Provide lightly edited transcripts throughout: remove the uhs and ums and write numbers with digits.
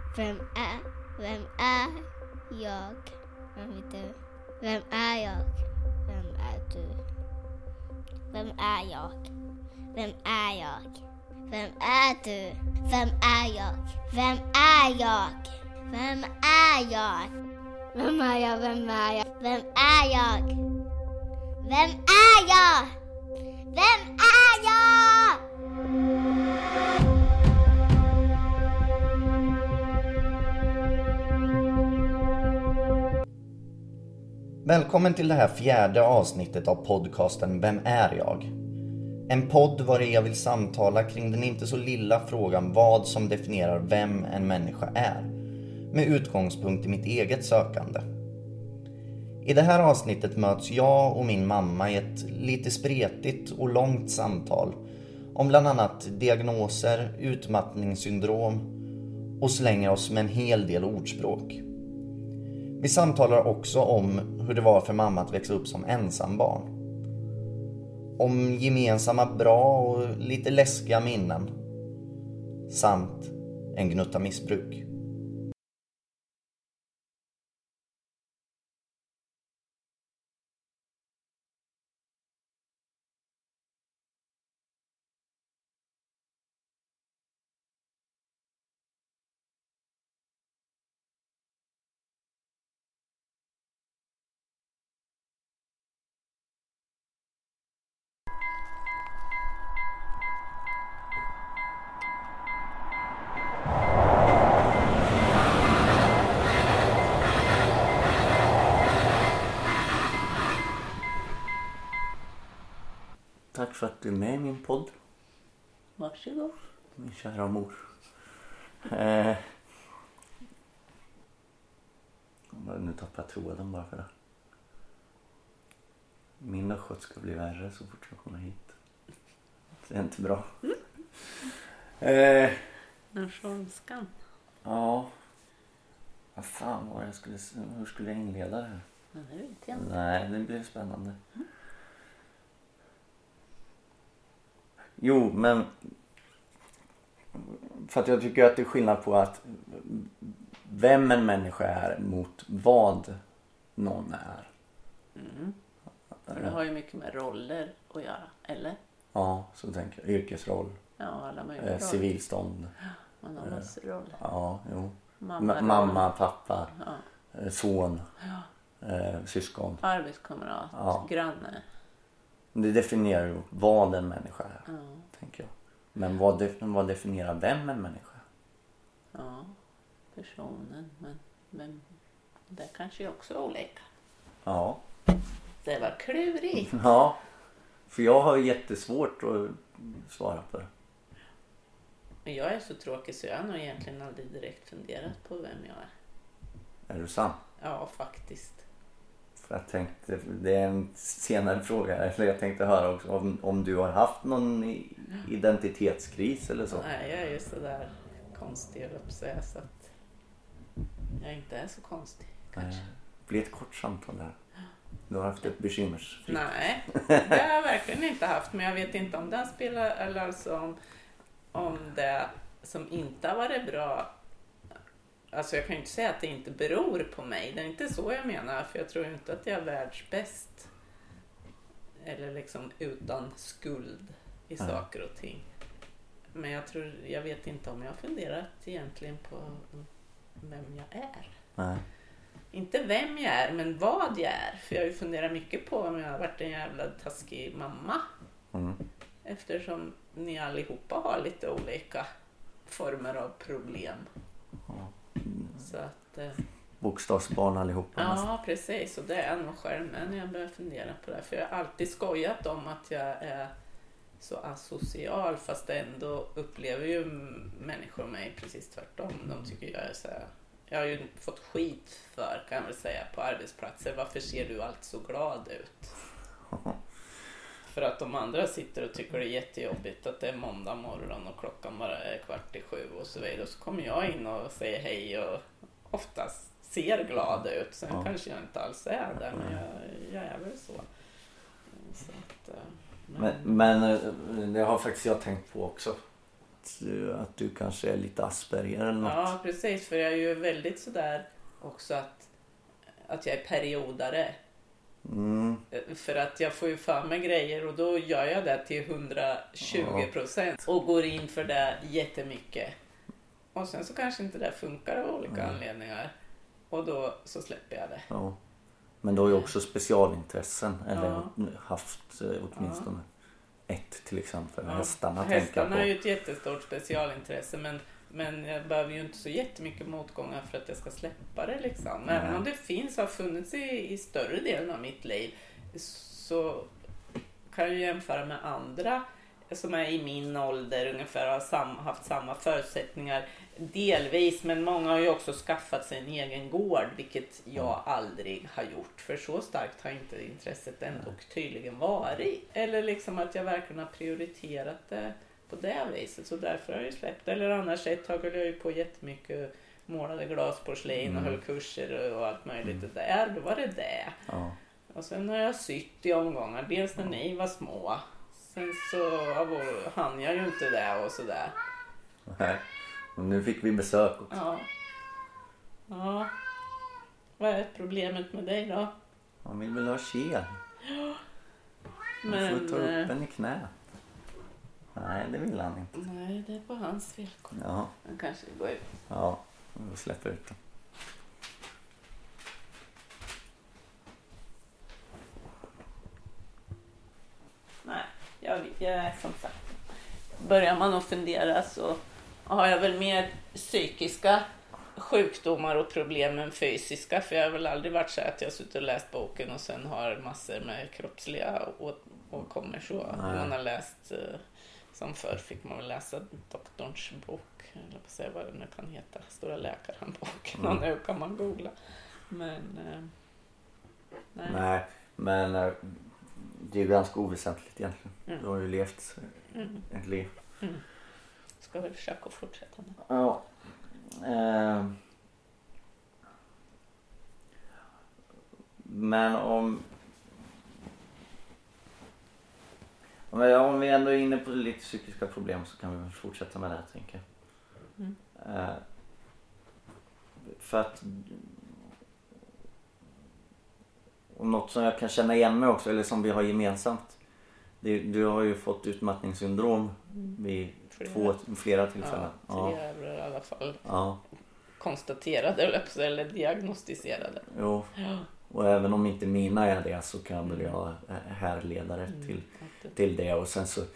Vem är jag? Vem är du? Vem är jag? Vem är du? Vem är jag? Vem är jag? Vem är du? Vem är jag? Vem är jag? Vem är jag? Vem är jag? Vem är jag? Vem är jag? Vem är jag? Vem är jag? Välkommen till det här 4:e avsnittet av podcasten Vem är jag? En podd var jag vill samtala kring den inte så lilla frågan vad som definierar vem en människa är, med utgångspunkt i mitt eget sökande. I det här avsnittet möts jag och min mamma i ett lite spretigt och långt samtal om bland annat diagnoser, utmattningssyndrom och slänger oss med en hel del ordspråk. Vi samtalar också om hur det var för mamma att växa upp som ensambarn. Om gemensamma bra och lite läskiga minnen. Samt en gnutta missbruk. Tack för att du är med i min podd. Varsågod. Min kära mor. Nu tappar jag tråden bara för det. Min östgötska blir värre så fort jag kommer hit. Det är inte bra. Den skånskan. Ja. Vad fan var det hur skulle jag inleda det här? Men det vet jag inte. Nej, det blir spännande. Jo, men för att jag tycker att det är skillnad på att vem en människa är mot vad någon är. Mm. För det har ju mycket med roller att göra, eller? Ja, så tänker jag. Yrkesroll. Ja, alla möjliga roller. Civilstånd. Man har massor roller. Ja, jo. Mamma, pappa, son, syskon. Arbetskamrat, granne. Det definierar ju vad en människa är, tänker jag. Men vad definierar vem en människa är? Ja, personen. Men det kanske är också olika. Ja. Det var klurigt. Ja, för jag har jättesvårt att svara på det. Men jag är så tråkig så jag har nog egentligen aldrig direkt funderat på vem jag är. Är du sann? Ja, faktiskt. För jag tänkte, det är en senare fråga. Eller jag tänkte höra också om du har haft någon identitetskris eller så. Nej, jag är ju sådär konstig och så att jag inte är så konstig. Kanske. Det blir ett kort samtal där. Du har haft ett bekymmersfritt. Nej, det har jag verkligen inte haft. Men jag vet inte om det spelar eller alltså om det som inte har varit bra. Alltså jag kan ju inte säga att det inte beror på mig. Det är inte så jag menar. För jag tror inte att jag är världsbäst. Eller liksom utan skuld i saker och ting. Men jag vet inte om jag har funderat egentligen på vem jag är. Nej. Inte vem jag är, men vad jag är. För jag har ju funderat mycket på om jag har varit en jävla taskig mamma. Mm. Eftersom ni allihopa har lite olika former av problem. Så att, bokstavsbarn allihopa. ja, precis. Och det är nog själv när jag börjar fundera på det. För jag har alltid skojat om att jag är så asocial. Fast ändå upplever ju människor mig precis tvärtom. De tycker jag är så här. Jag har ju fått skit för, kan jag väl säga, på arbetsplatser. Varför ser du allt så glad ut? För att de andra sitter och tycker det är jättejobbigt att det är måndag morgon och klockan bara är 6:15 och så vidare. Och så kommer jag in och säger hej och oftast ser glad ut. Sen kanske jag inte alls är där, men jag är väl så. Så att, men det har faktiskt jag tänkt på också att du kanske är lite Asperger eller något. Ja, precis. För jag är ju väldigt sådär också att jag är periodare. För att jag får ju för mig grejer och då gör jag det till 120% och går in för det jättemycket. Och sen så kanske inte det funkar av olika anledningar. Och då så släpper jag det. Ja. Men du har ju också specialintressen. Eller haft åtminstone ett till exempel. Hästarna är ju ett jättestort specialintresse. Men jag behöver ju inte så jättemycket motgångar för att jag ska släppa det liksom. Även om det har funnits i större delen av mitt liv. Så kan jag jämföra med andra som är i min ålder ungefär och har haft samma förutsättningar delvis, men många har ju också skaffat sig en egen gård, vilket jag aldrig har gjort, för så starkt har inte intresset ändå tydligen varit, eller liksom att jag verkligen har prioriterat det på det viset, så därför har jag ju släppt. Eller annars ett tag höll jag ju på jättemycket, målade glasporslin och höll kurser och allt möjligt där, då var det. Och sen har jag sytt i omgångar, dels när ni var små. Sen så hann jag ju inte det och sådär. Nej, och nu fick vi besök också. Ja. Vad är problemet med dig då? Han vill väl ha kel. Men... får ta upp en i knä. Nej, det vill han inte. Nej, det är på hans villkor. Ja. Han kanske går ut. Ja, vi släpper ut den. Nej, jag är som sagt. Börjar man att fundera så har jag väl mer psykiska sjukdomar och problem än fysiska. För jag har väl aldrig varit så att jag suttit och läst boken och sen har massor med kroppsliga åkommor så. Man har läst, som förr fick man väl läsa doktorns bok. Eller på säga vad det nu kan heta. Stora läkarhandboken. Och nu kan man googla. Men nej, men det är ju ganska oväsentligt egentligen. Du har ju levt ett liv. Ska väl försöka fortsätta nu. Ja. Men om vi ändå är inne på lite psykiska problem så kan vi väl fortsätta med det här, tänker jag. För att och något som jag kan känna igen mig också, eller som vi har gemensamt, du har ju fått utmattningssyndrom vid flera tillfällen. Tre i alla fall. Ja. Konstaterade eller diagnostiserade. Jo. Och även om inte mina är det så kan väl jag härledare till det. Och sen så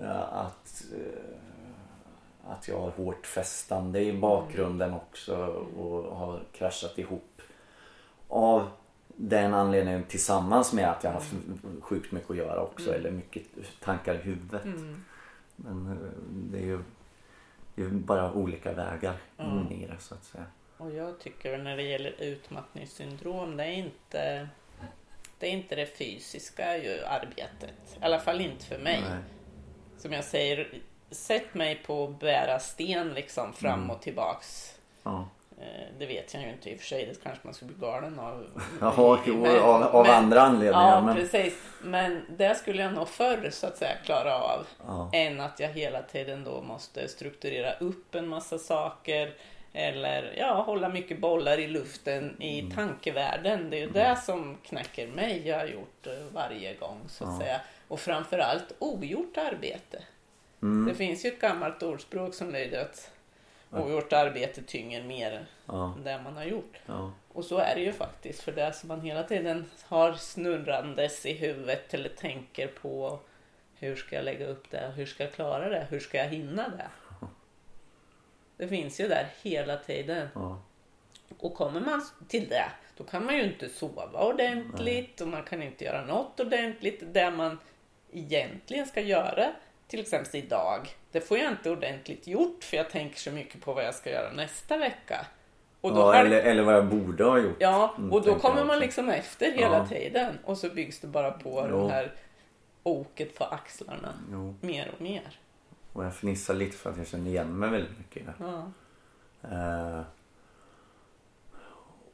att jag har hårt fästande i bakgrunden också och har kraschat ihop av den anledningen, tillsammans med att jag har haft sjukt mycket att göra också, eller mycket tankar i huvudet. Men det är ju bara olika vägar in i det, så att säga. Och jag tycker när det gäller utmattningssyndrom, det är inte det fysiska arbetet. I alla fall inte för mig. Nej. Som jag säger, sätt mig på att bära sten liksom fram och tillbaks. Ja. Det vet jag ju inte i och för sig, det kanske man skulle bli galen av. Av andra anledningar. Ja, precis. Men det skulle jag nog förr så att säga klara av. Än att jag hela tiden då måste strukturera upp en massa saker. Eller hålla mycket bollar i luften i tankevärlden. Det är ju det som knäcker mig. Jag har gjort varje gång så att säga. Och framförallt ogjort arbete. Det finns ju ett gammalt ordspråk som lyder att ogjort arbete tynger mer än det man har gjort. Och så är det ju faktiskt. För det som man hela tiden har snurrandes i huvudet eller tänker på. Hur ska jag lägga upp det? Hur ska jag klara det? Hur ska jag hinna det? Det finns ju där hela tiden. Och kommer man till det, då kan man ju inte sova ordentligt och man kan inte göra något ordentligt. Det man egentligen ska göra, till exempel idag, det får jag inte ordentligt gjort för jag tänker så mycket på vad jag ska göra nästa vecka. Och då eller vad jag borde ha gjort. Ja, och då kommer man liksom efter hela tiden och så byggs det bara på den här oket på axlarna mer och mer. Och jag fnissar lite för att jag känner igen mig väldigt mycket.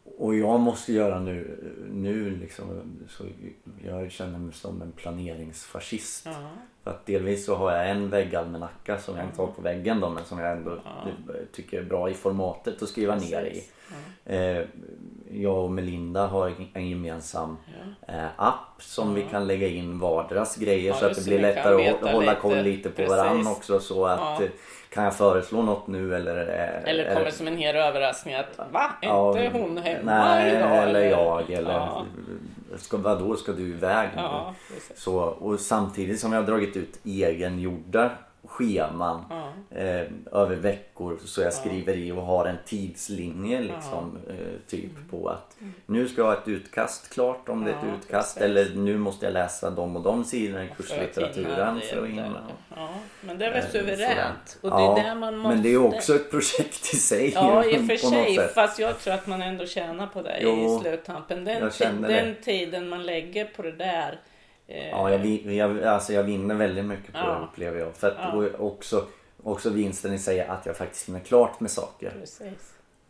Och jag måste göra nu liksom, så jag känner mig som en planeringsfascist. För att delvis så har jag en väggalmanacka som jag inte har på väggen då, men som jag ändå tycker är bra i formatet att skriva ner i. Jag och Melinda har en gemensam app som vi kan lägga in vardags grejer så att det blir lättare att hålla koll lite på varandra också, så att kan jag föreslå något nu eller kommer som en hel överraskning att inte hon hemma idag eller jag eller vadå, ska du iväg nu? Så, och samtidigt som jag har dragit ut egengjorda scheman över veckor, så jag skriver i och har en tidslinje liksom, typ på att nu ska jag ha ett utkast klart om det är ett utkast, eller nu måste jag läsa de och de sidorna i kurslitteraturen för att hinna. Men det är väl suveränt, och det är där man måste... men det är också ett projekt i sig. Ja, i och för sig, fast jag tror att man ändå tjänar på det i sluttampen. Den tiden man lägger på det där. Ja, jag vinner väldigt mycket på det, upplever jag. För att också vinsten i sig att jag faktiskt hinner klart med saker. Precis.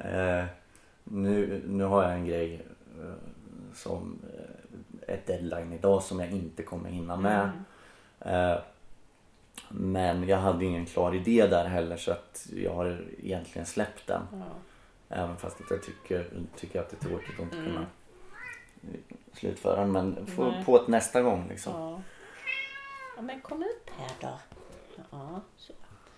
Nu har jag en grej som ett deadline idag som jag inte kommer hinna med. Men jag hade ingen klar idé där heller, så att jag har egentligen släppt den. Även fast att jag tycker att det är tråkigt att inte kunna slutföra den, men på ett nästa gång liksom. Ja, men kom upp här då. Ja, så.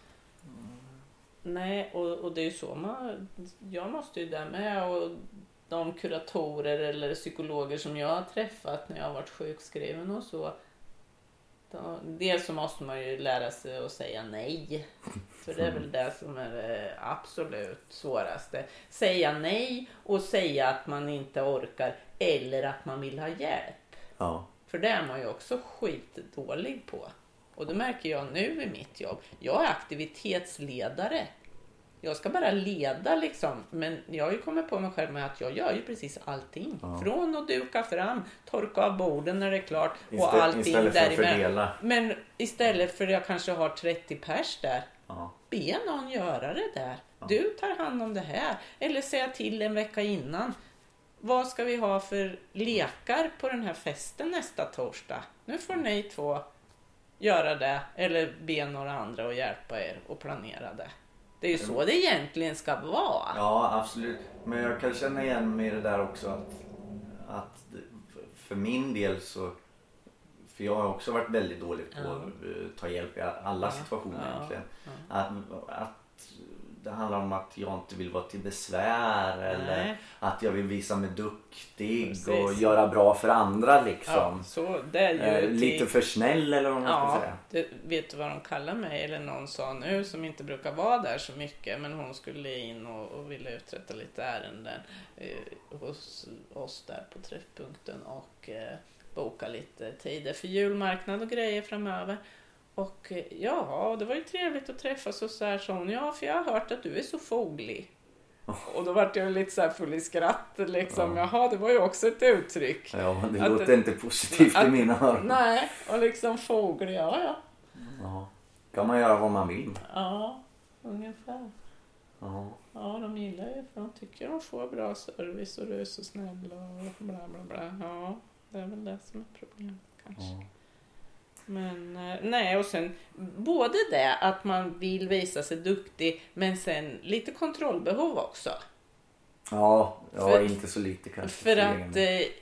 Nej, och det är ju så jag måste ju där med, och de kuratorer eller psykologer som jag har träffat när jag har varit sjukskriven och så. Dels så måste man ju lära sig att säga nej. För det är väl det som är det absolut svåraste. Säga nej och säga att man inte orkar eller att man vill ha hjälp. För det är man ju också skitdålig på. Och det märker jag nu i mitt jobb. Jag är aktivitetsledare. Jag ska bara leda liksom. Men jag har ju kommit på mig själv med att jag gör ju precis allting. Från att duka fram, torka av borden när det är klart. Och allting däremellan. Men istället för att jag kanske har 30 pers där. Be någon göra det där. Du tar hand om det här. Eller säga till en vecka innan. Vad ska vi ha för lekar på den här festen nästa torsdag? Nu får ni 2 göra det. Eller be några andra att hjälpa er och planera det. Det är ju så det egentligen ska vara. Ja, absolut. Men jag kan känna igen mig i det där också. Att för min del så... För jag har också varit väldigt dålig på att ta hjälp i alla situationer egentligen. Att det handlar om att jag inte vill vara till besvär. Eller att jag vill visa mig duktig. Precis. Och göra bra för andra liksom. Så det är ju lite för snäll eller vad man ska säga. Vet du vad de kallar mig? Eller någon sa nu som inte brukar vara där så mycket. Men hon skulle in och ville uträtta lite ärenden hos oss där på träffpunkten. Och boka lite tider för julmarknad och grejer framöver. Och det var ju trevligt att träffas och så här sa hon, för jag har hört att du är så foglig. Och då var jag lite så här full i skratt liksom. Jaha, det var ju också ett uttryck. Ja, det låter inte positivt i mina öron. Nej, och liksom foglig, Ja, kan man göra vad man vill. Ja, ungefär. Ja, de gillar ju för de tycker de får bra service och du är så snäll och bla bla bla. Ja, det är väl det som är problemet kanske. Men nej, och sen både det att man vill visa sig duktig, men sen lite kontrollbehov också. Ja, inte så lite kanske. För att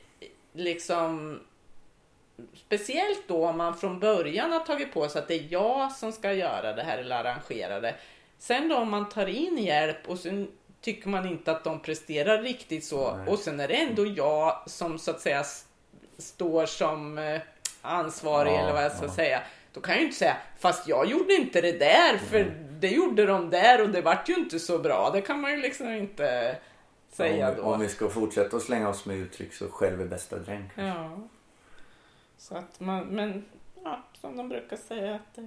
liksom speciellt då om man från början har tagit på sig att det är jag som ska göra det här eller arrangera det. Sen då om man tar in hjälp och sen tycker man inte att de presterar riktigt så. Och sen är det ändå jag som så att säga står som ansvarig eller vad jag ska säga. Då kan jag ju inte säga, fast jag gjorde inte det där för det gjorde de där och det vart ju inte så bra. Det kan man ju liksom inte säga då. Om vi ska fortsätta att slänga oss med uttryck så själv är bästa dräng. Ja. Så att men som de brukar säga att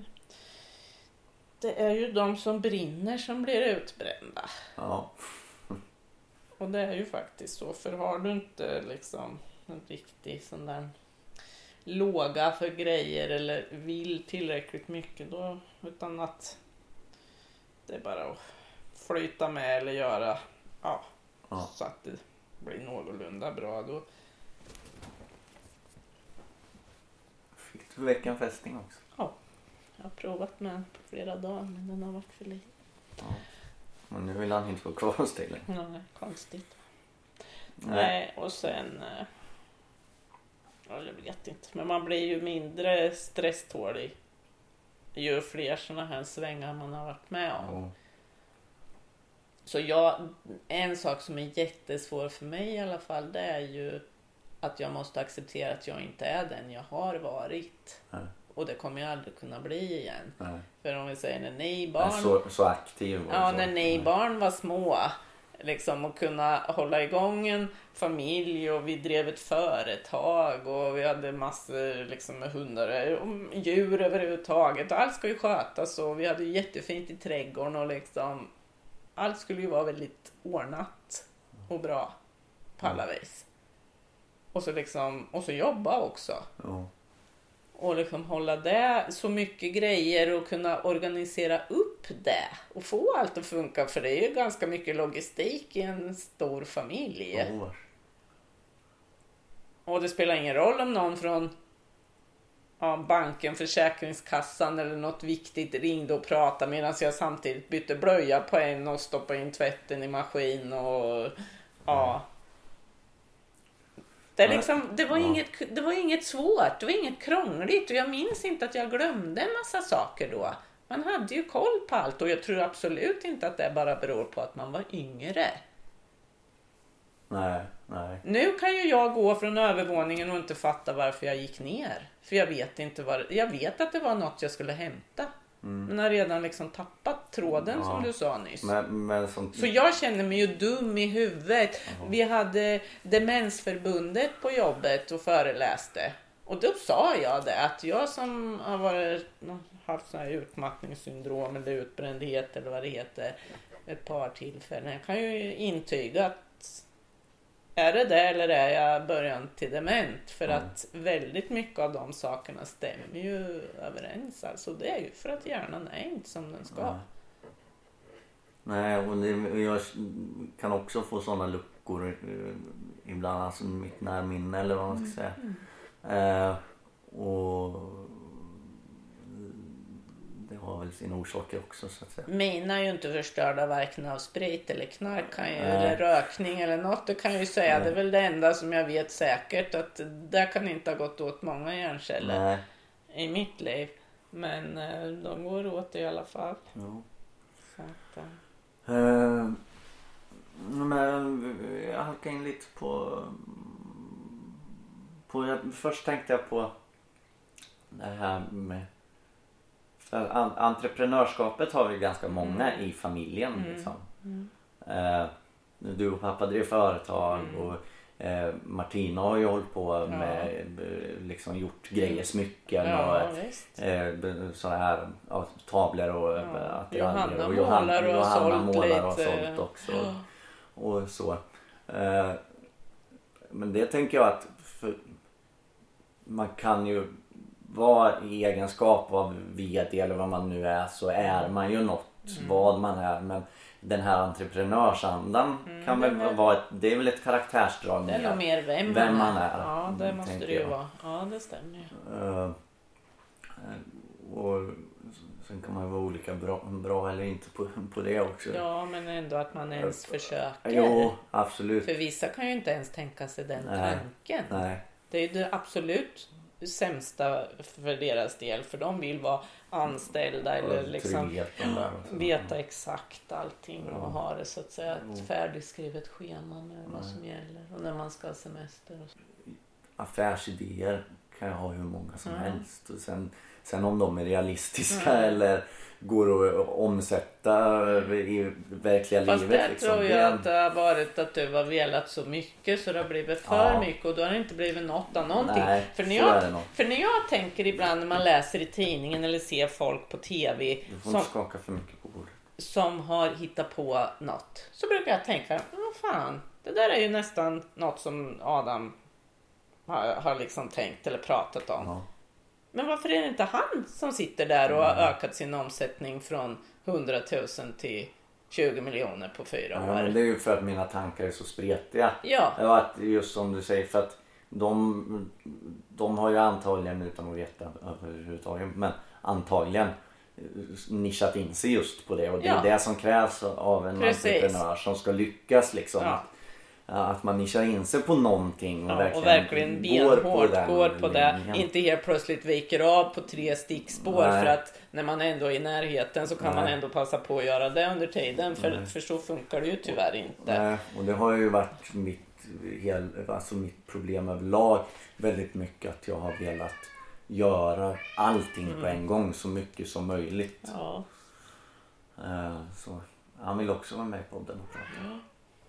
det är ju de som brinner som blir utbrända. Ja. Och det är ju faktiskt så, för har du inte liksom en riktig sån där låga för grejer eller vill tillräckligt mycket då, utan att det är bara att flyta med eller göra så att blir någorlunda bra då. Fick du väcka en fästing också? Ja, jag har provat med på flera dagar men den har varit för lite. Ja. Men nu vill han inte vara kvar hos dig längre. Nej, konstigt. Nej, och sen... jag vet inte. Men man blir ju mindre stresstålig ju fler såna här svängar man har varit med om. Ja. Så en sak som är jättesvår för mig i alla fall, det är ju att jag måste acceptera att jag inte är den jag har varit. Nej. Och det kommer jag aldrig kunna bli igen. Nej. För om vi säger när ni barn... Så aktiv. Ja, när ni barn var små. Liksom att kunna hålla igång en familj och vi drev ett företag och vi hade massor liksom med hundar och djur överhuvudtaget. Allt ska ju skötas och vi hade jättefint i trädgården och liksom allt skulle ju vara väldigt ordnat och bra på alla vis. Och så jobba också. Ja. Och liksom hålla det så mycket grejer och kunna organisera upp det och få allt att funka, för det är ju ganska mycket logistik i en stor familj. Oh. Och det spelar ingen roll om någon från banken, försäkringskassan eller något viktigt ringde och pratade medan jag samtidigt bytte blöja på en och stoppade in tvätten i maskin och det var inget svårt, det var inget krångligt och jag minns inte att jag glömde en massa saker då. Man hade ju koll på allt och jag tror absolut inte att det bara beror på att man var yngre. Nej. Nu kan ju jag gå från övervåningen och inte fatta varför jag gick ner. För jag vet att det var något jag skulle hämta. Men har redan liksom tappat tråden som du sa nyss. Så jag känner mig ju dum i huvudet. Vi hade Demensförbundet på jobbet och föreläste. Och då sa jag det, att jag som har haft sån här utmattningssyndrom eller utbrändhet eller vad det heter ett par tillfällen. Jag kan ju intyga att är det eller är jag början till dement? För att väldigt mycket av de sakerna stämmer ju överens. Alltså det är ju för att hjärnan är inte som den ska. Nej, och jag kan också få sådana luckor ibland, alltså mitt närminne eller vad man ska säga. Och det har väl sina orsaker också så att säga. Mina är ju inte förstörda varken av sprit eller knark eller rökning eller något. Det kan jag ju säga. Det är väl det enda som jag vet säkert, att där kan inte ha gått åt många hjärnceller i mitt liv. Men de går åt i alla fall. Ja. Så att, men jag halkar in lite på först tänkte jag på det här med entreprenörskapet har vi ganska många i familjen liksom. Du och pappa drev företag och Martina har ju hållit på med liksom gjort grejer, smycken och såna här tavlor och Johanna och Johanna målar och sålt också och så. Men det tänker jag att man kan ju vara i egenskap av vd eller vad man nu är, så är man ju något vad man är, men den här entreprenörsandan kan väl vara det är väl ett karaktärsdrag det är nog mer vem man är. Ja, det måste det ju vara. Ja, det stämmer ju. Och sen kan man ju vara olika bra eller inte på det också. Ja, men ändå att man ens försöker. Jo, absolut. För vissa kan ju inte ens tänka sig den tanken. Nej. Det är ju det absolut sämsta för deras del, för de vill vara anställda eller liksom veta exakt allting och ha det så att säga ett färdigskrivet schema med vad som gäller och när man ska ha semester och så. Affärsidéer kan jag ha hur många som helst och sen om de är realistiska eller går att omsätta i verkliga fast livet. Fast liksom. tror jag att det har varit att du har velat så mycket så det har blivit för mycket och då har det inte blivit något av någonting. Nej, för när jag tänker ibland när man läser i tidningen eller ser folk på tv du får inte skaka för mycket på bordet. Som har hittat på något, så brukar jag tänka, vad fan, det där är ju nästan något som Adam har liksom tänkt eller pratat om. Ja. Men varför är det inte han som sitter där och har ökat sin omsättning från 100 000 till 20 miljoner på 4 år. Ja, men det är ju för att mina tankar är så spretiga. Ja. Det var att, just som du säger, för att de har ju antagligen, utan att veta överhuvudtaget, men antagligen nischat in sig just på det. Och det är det som krävs av en entreprenör som ska lyckas liksom. Ja. Att man nischar in sig på någonting och verkligen benhårt går på det. linjen. Inte helt plötsligt viker av på 3 stickspår. Nej. För att när man ändå är i närheten så kan man ändå passa på att göra det under tiden. För så funkar det ju tyvärr inte. Nej, och det har ju varit mitt problem överlag väldigt mycket, att jag har velat göra allting på en gång, så mycket som möjligt. Ja. Så han vill också vara med i podden och prata. Ja.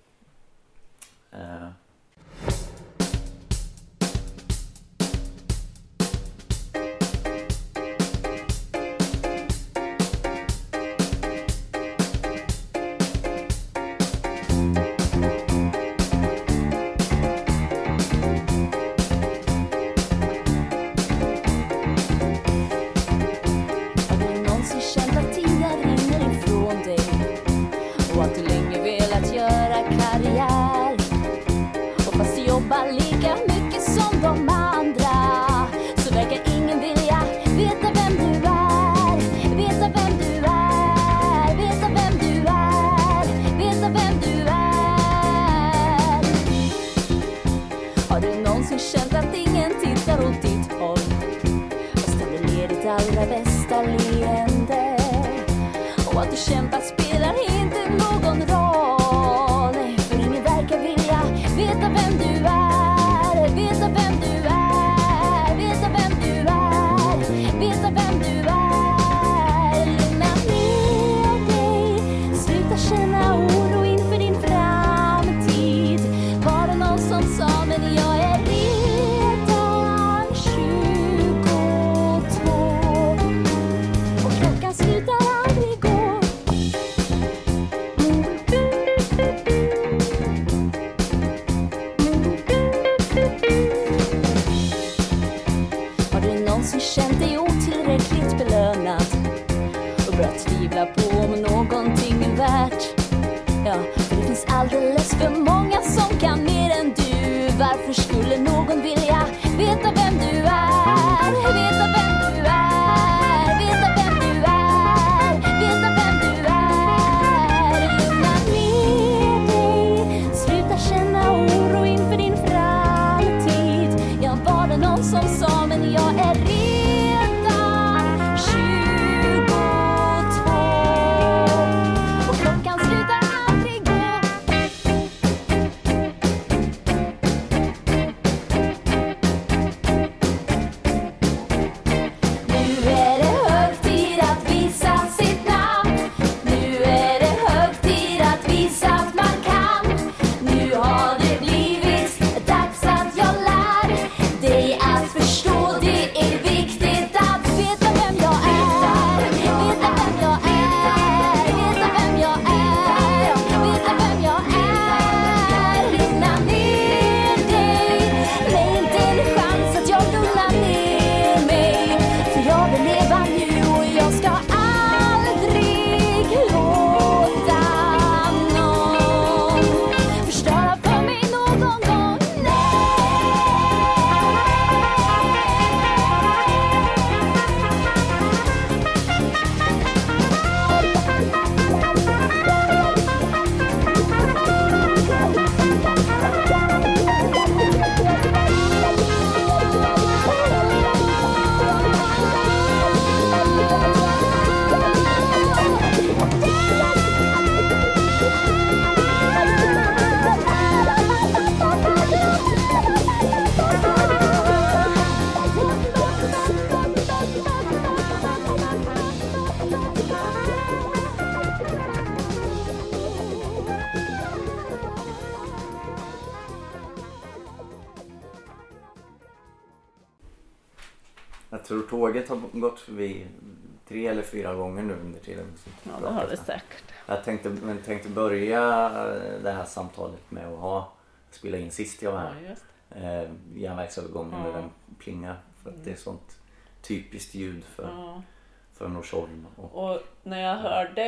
Jag tror tåget har gått förbi 3 eller 4 gånger nu under tiden. Ja, det har det säkert. Jag tänkte börja det här samtalet med att spela in sist jag var här. Ja, järnvägsövergången när den plingar. För att det är sånt typiskt ljud för Norsholm. Och när jag hör det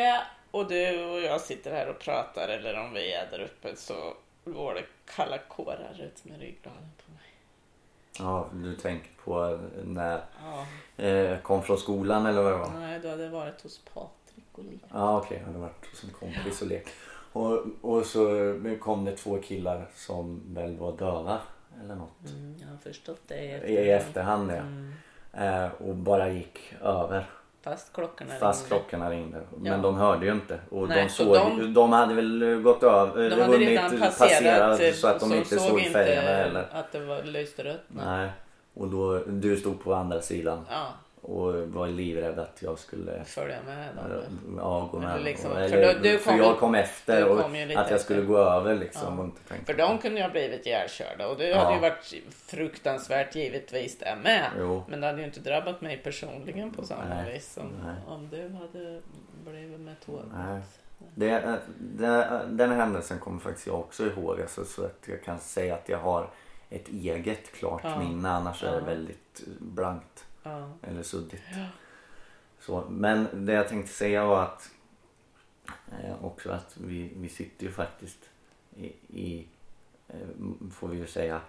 och du och jag sitter här och pratar, eller om vi är där uppe, så går det kalla kårar ut med ryggraden på mig. Ja, du tänker på när jag kom från skolan eller vad det var? Nej, du hade varit hos Patrik och lek. Ja, okej. Jag hade varit hos en kompis och lek. Och så kom det 2 killar som väl var döva eller något. Jag har förstått det i efterhand. Ja. Och bara gick över. Fast klockorna ringde. Men de hörde ju inte. Och nej, de hade väl gått över. De hade redan passerat så att de inte såg färgerna eller. Att det var lyste rött. Nej. Och då, du stod på andra sidan. Ja. Och var livrädd att jag skulle följa med dem. Ja, gå med. Liksom, för jag kom efter och att jag skulle gå över liksom. Ja. Och inte tänkte för de kunde ju ha blivit ihjälkörda. Och det hade ju varit fruktansvärt givetvis det med. Jo. Men det hade ju inte drabbat mig personligen på samma vis som om du hade blivit med tåget. Nej. Den händelsen kommer faktiskt jag också ihåg. Alltså, så att jag kan säga att jag har ett eget klart minne. Annars är det väldigt blankt. Eller suddigt. Så, men det jag tänkte säga var att också att vi sitter ju faktiskt i får vi ju säga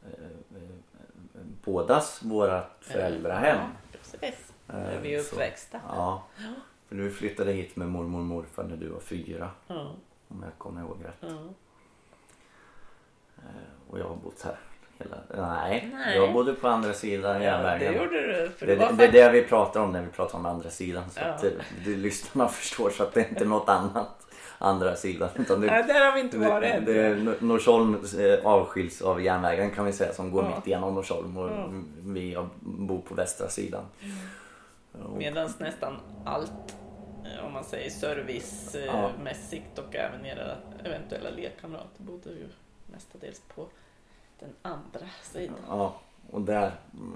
bådas våra föräldrahem. Precis. Där vi är uppväxta. Ja. För du flyttade hit med mormor och morfar när du var 4. Om jag kommer ihåg rätt. Och jag har bott här. Nej, jag bodde på andra sidan järnvägen. Det gjorde du. Det är det vi pratar om när vi pratar om andra sidan. Så att det lyssnarna förstår, så att det inte är något annat andra sidan. Utan där har vi inte varit. Norsholm avskiljs av järnvägen kan vi säga, som går mitt igenom Norsholm. Och vi bor på västra sidan. Medan nästan allt, om man säger servicemässigt och även era eventuella lekkamrater bodde ju mestadels på den andra sidan. Ja, och där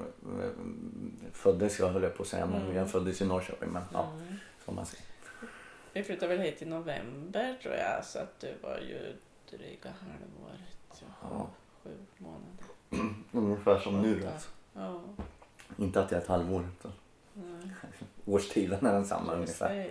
föddes jag, höll jag på att säga, men jag föddes i Norrköping, men som man säger. Vi flyttade väl hit i november tror jag, så att du var ju dryga halvåret. 7 månader. Ungefär som nu alltså. Ja. Inte att jag är ett halvår utan årstiden är densamma ungefär.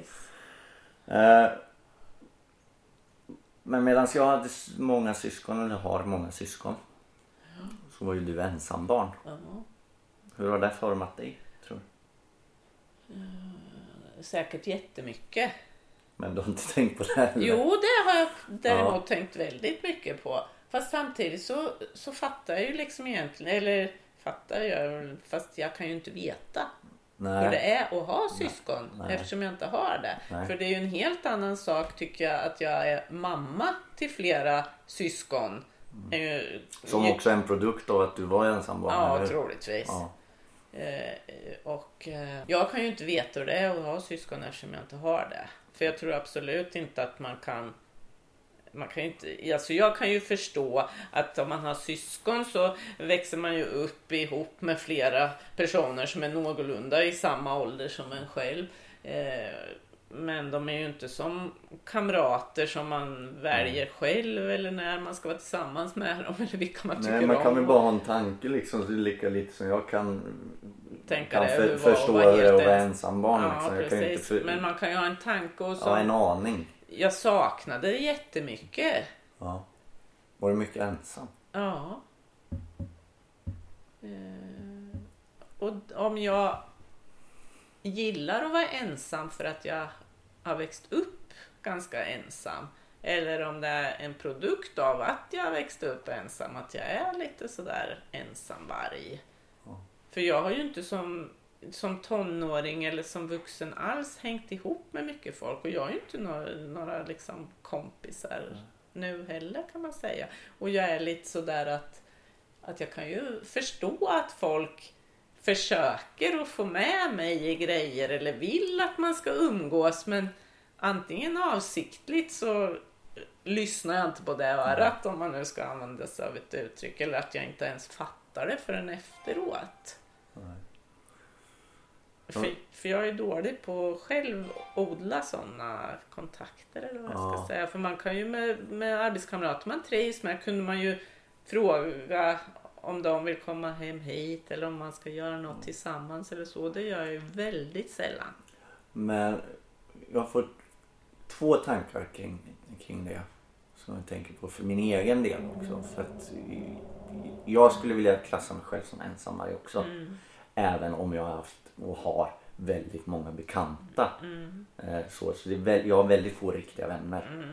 Men medan jag hade många syskon, eller har många syskon, så var ju du ensam barn. Hur har det format dig, tror du? Säkert jättemycket. Men du har inte tänkt på det här? Jo, det har jag däremot tänkt väldigt mycket på. Fast samtidigt så fattar jag ju liksom egentligen, eller fattar jag, fast jag kan ju inte veta hur det är att ha syskon. Eftersom jag inte har det. För det är ju en helt annan sak, tycker jag, att jag är mamma till flera syskon. Som också är en produkt av att du var ensam barn. Ja, troligtvis. Och jag kan ju inte veta hur det är att ha syskon eftersom jag inte har det. För jag tror absolut inte att man kan inte, alltså jag kan ju förstå att om man har syskon så växer man ju upp ihop med flera personer som är någorlunda i samma ålder som en själv. Men de är ju inte som kamrater som man väljer själv, eller när man ska vara tillsammans med dem, eller vilka man tycker om. Man kan väl bara ha en tanke liksom, lika lite som jag kan förstå det att vara ensam barn. Ja, liksom. Jag precis. kan inte men man kan ju ha en tanke och så. Ja, en aning. Jag saknade det jättemycket. Ja. Var du mycket ensam? Ja. Och om jag gillar att vara ensam för att jag har växt upp ganska ensam, eller om det är en produkt av att jag har växt upp ensam, att jag är lite sådär ensamvarg. För jag har ju inte som tonåring eller som vuxen alls hängt ihop med mycket folk, och jag har ju inte några liksom kompisar nu heller, kan man säga. Och jag är lite sådär att jag kan ju förstå att folk försöker att få med mig i grejer eller vill att man ska umgås, men antingen avsiktligt så lyssnar jag inte på det örat, om man nu ska använda sig av ett uttryck, eller att jag inte ens fattar det förrän efteråt. För jag är dålig på att själv odla sådana kontakter, eller vad jag ska säga. För man kan ju med arbetskamrater man trivs med, kunde man ju fråga om de vill komma hem hit, eller om man ska göra något tillsammans eller så. Det gör jag ju väldigt sällan. Men jag får 2 tankar kring det. Som jag tänker på för min egen del också. För att jag skulle vilja klassa mig själv som ensamare också. Även om jag har haft och har väldigt många bekanta. Så det jag har väldigt få riktiga vänner.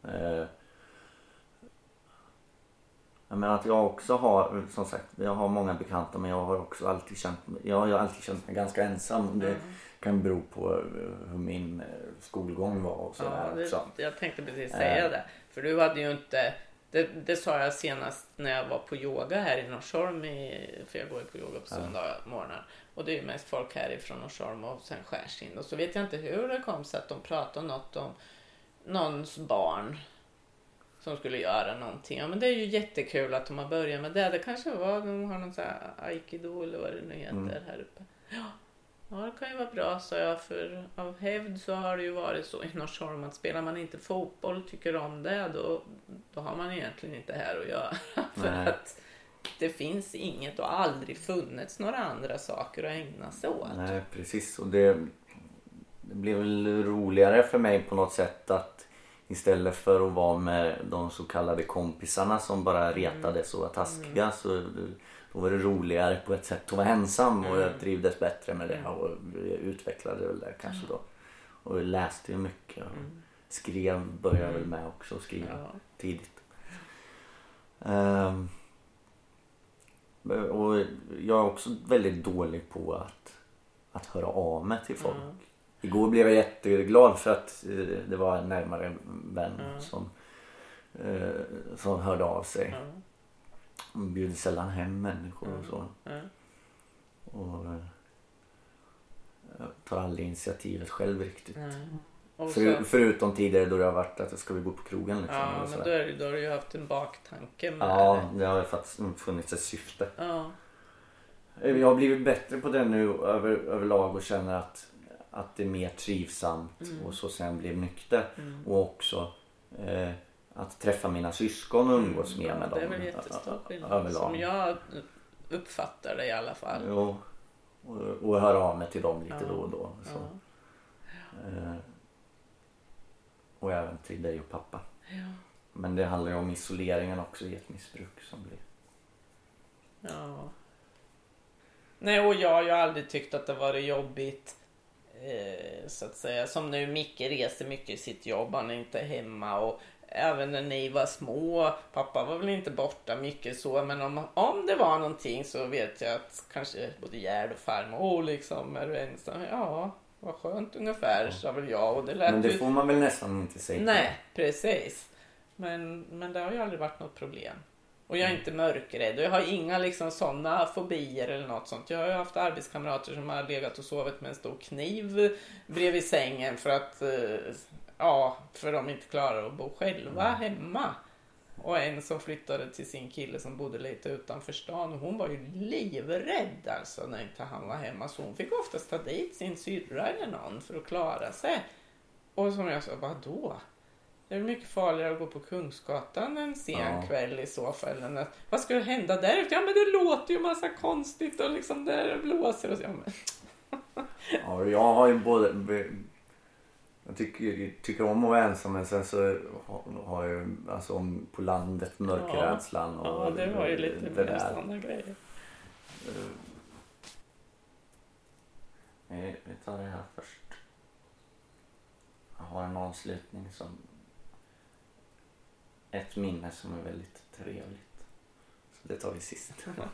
Men att jag också har, som sagt, jag har många bekanta, men jag har alltid känt mig ganska ensam. Det kan bero på hur min skolgång var och sådär. Jag tänkte precis säga det. För du hade ju inte, det sa jag senast när jag var på yoga här i Norsholm, för jag går ju på yoga på söndag morgonen. Och det är ju mest folk härifrån Norsholm och sen skärs in. Och så vet jag inte hur det kom sig att de pratade något om någons barn som skulle göra någonting. Ja, men det är ju jättekul att de har börjat med det. Det kanske var, de har någon sån här aikido eller vad det nu heter här uppe. Ja, det kan ju vara bra, så jag, för av hävd så har det ju varit så i Norsholm att spelar man inte fotboll, tycker om det, då har man egentligen inte här att göra. För att det finns inget och aldrig funnits några andra saker att ägna sig åt. Nej, precis. Och det blev väl roligare för mig på något sätt att istället för att vara med de så kallade kompisarna som bara retades och var taskiga, så då var det roligare på ett sätt att vara ensam, och jag trivdes bättre med det och utvecklade väl det kanske då. Och läste ju mycket och började väl med också att skriva tidigt. Och jag är också väldigt dålig på att höra av mig till folk. Igår blev jag jätteglad för att det var en närmare vän som hörde av sig. Hon bjuder sällan hem människor och så. Och jag tar aldrig initiativet själv riktigt. Förutom tidigare då det har varit att ska vi gå på krogen liksom. Ja, men då har du ju haft en baktanke med det har faktiskt funnits ett syfte. Jag har blivit bättre på det nu överlag och känner att det är mer trivsamt och så sen blev nykter. Och också att träffa mina syskon och umgås mer med dem. Det är väl jättestor skillnad, som jag uppfattar det i alla fall. Jo, och höra av mig till dem lite då och då. Så. Och även till dig och pappa. Men det handlar ju om isoleringen också i ett missbruk som blir. Nej, och jag har ju aldrig tyckt att det varit jobbigt så att säga. Som nu Micke reser mycket i sitt jobb, han är inte hemma, och även när ni var små, pappa var väl inte borta mycket så, men om det var någonting så vet jag att kanske både Gerd och farmor liksom, är du ensam? Ja, vad skönt ungefär, sa väl jag. Och det men det får man väl nästan inte säga. Nej, precis. Men det har ju aldrig varit något problem. Och jag är inte mörkrädd. Och jag har inga liksom sådana fobier eller något sånt. Jag har ju haft arbetskamrater som har legat och sovit med en stor kniv bredvid sängen för att för de inte klarar att bo själva hemma. Och en som flyttade till sin kille som bodde lite utanför stan. Och hon var ju livrädd alltså när inte han var hemma. Så hon fick oftast ta dit sin syrra eller någon för att klara sig. Och som jag sa, vadå? Det är mycket farligare att gå på Kungsgatan en sen kväll i så fall. Vad ska hända där? Ja, men det låter ju massa konstigt och liksom där blåser och så. Ja, jag har ju både... Jag tycker om att vara ensam, men sen så har jag alltså om på landet mörkrädslan. Och det var ju lite mer sådana grejer. Vi tar det här först. Jag har en avslutning som... Ett minne som är väldigt trevligt. Så det tar vi sist.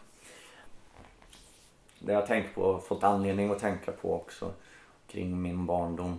Det jag har tänkt på, fått anledning att tänka på också kring min barndom.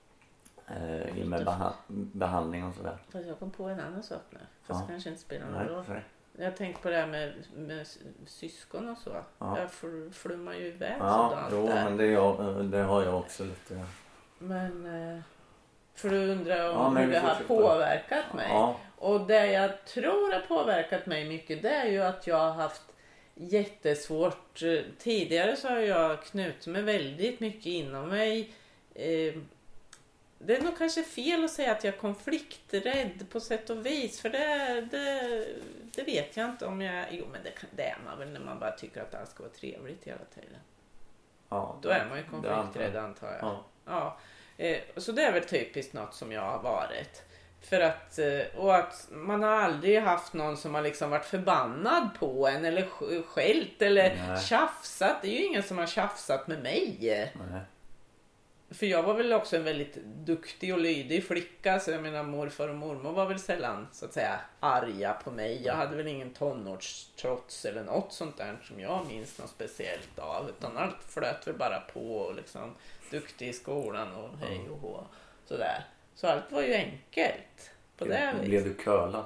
Med behandling och sådär. Fast jag kom på en annan sak nu. Fast kanske inte spelar någon roll. Jag tänkte på det här med syskon och så. Jag flummar ju iväg sådant där. Men det har jag också lite. Men... För du undrar om hur det har påverkat mig. Och det jag tror har påverkat mig mycket, det är ju att jag har haft jättesvårt. Tidigare så har jag knutit mig väldigt mycket inom mig. Det är nog kanske fel att säga att jag är konflikträdd på sätt och vis. För det vet jag inte om jag... Jo, men det är man väl när man bara tycker att allt ska vara trevligt hela tiden. Då är man ju konflikträdd, antar jag. Ja. Så det är väl typiskt något som jag har varit. För att, och att man har aldrig haft någon som har liksom varit förbannad på en eller skällt eller tjafsat. Det är ju ingen som har tjafsat med mig. Nej. För jag var väl också en väldigt duktig och lydig flicka. Så jag menar, morfar och mormor var väl sällan så att säga arga på mig. Jag hade väl ingen tonårstrots eller något sånt där som jag minns något speciellt av. Utan allt flöt väl bara på och liksom duktig i skolan och hej och hå. Sådär. Så allt var ju enkelt på det viset. Blev du curlad?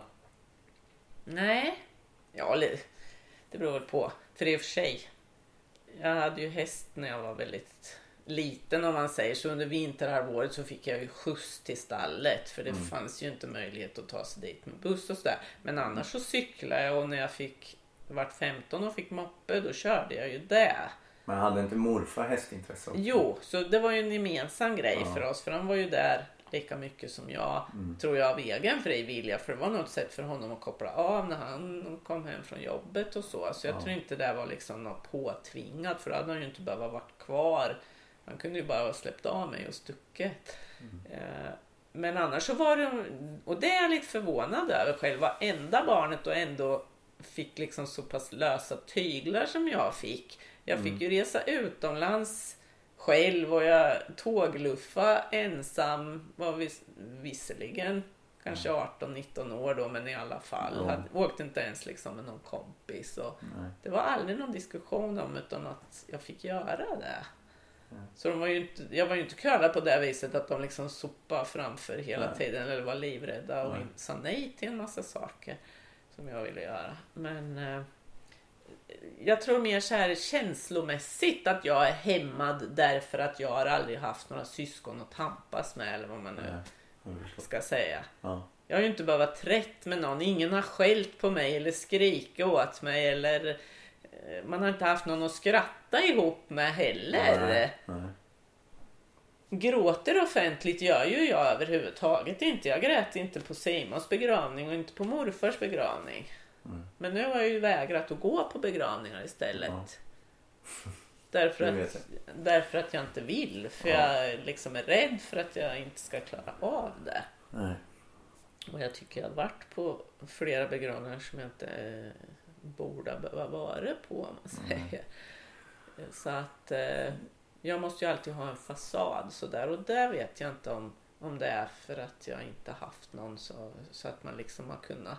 Nej. Ja, det beror väl på. För i och för sig. Jag hade ju häst när jag var väldigt liten om man säger. Så under vinterhalvåret så fick jag ju skjuts till stallet. För det fanns ju inte möjlighet att ta sig dit med buss och sådär. Men annars så cyklade jag och när jag vart 15 och fick moppe då körde jag ju det. Men hade inte morfar hästintresse också? Jo, så det var ju en gemensam grej för oss. För han var ju där lika mycket som jag, tror jag, av egen fri vilja. För det var något sätt för honom att koppla av när han kom hem från jobbet och så. Så jag tror inte det var liksom något påtvingat. För då hade han ju inte behövt vara kvar. Han kunde ju bara ha släppt av mig och stuckit. Men annars så var det, och det är jag lite förvånad över själv, var enda barnet och ändå fick liksom så pass lösa tyglar som jag fick. Jag fick ju resa utomlands själv och jag tågluffa ensam, var visserligen kanske 18-19 år då, men i alla fall. Åkte inte ens liksom med någon kompis. Och det var aldrig någon diskussion om utan att jag fick göra det. Så jag var ju inte curlad på det viset att de liksom sopade framför hela tiden eller var livrädda och sa nej till en massa saker som jag ville göra. Men jag tror mer så här känslomässigt att jag är hämmad därför att jag har aldrig haft några syskon att tampas med eller vad man nu ska säga. Jag har ju inte behövt trätt med någon. Ingen har skällt på mig eller skrikit åt mig eller man har inte haft någon att skratta ihop med heller. Gråter offentligt gör ju jag överhuvudtaget inte. Jag grät inte på Simons begravning och inte på morfars begravning. Men nu har jag ju vägrat att gå på begravningar istället. Därför att jag inte vill. För jag liksom är rädd för att jag inte ska klara av det. Och jag tycker jag har varit på flera begravningar som jag inte borde behöva vara på, om man säger. Så att jag måste ju alltid ha en fasad så där, och där vet jag inte om det är för att jag inte haft någon så att man liksom har kunnat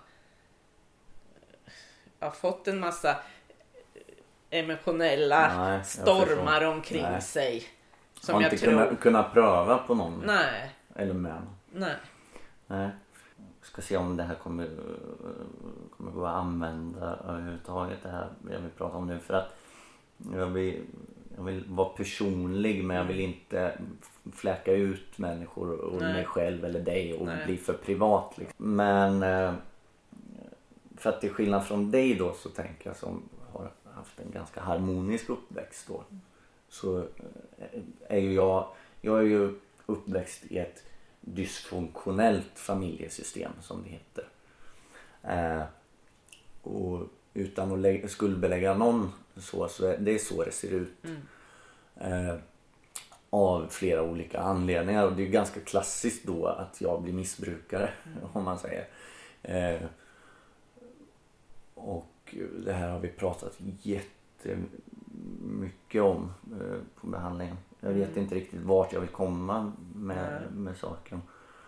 har fått en massa emotionella stormar omkring sig som har jag inte tror kunnat pröva på någon. Nej. Eller med någon. Nej. Ska se om det här kommer gå att använda överhuvudtaget, det här jag vill prata om nu, för att jag vill vara personlig, men jag vill inte fläcka ut människor och mig själv eller dig och bli för privat liksom. Men för att till skillnad från dig då, så tänker jag som har haft en ganska harmonisk uppväxt då, så är ju jag är ju uppväxt i ett dysfunktionellt familjesystem som det heter. Och utan att skuldbelägga någon så det är så det ser ut. Av flera olika anledningar, och det är ganska klassiskt då att jag blir missbrukare om man säger. Och det här har vi pratat jättemycket om på behandlingen. Jag vet inte riktigt vart jag vill komma med saken.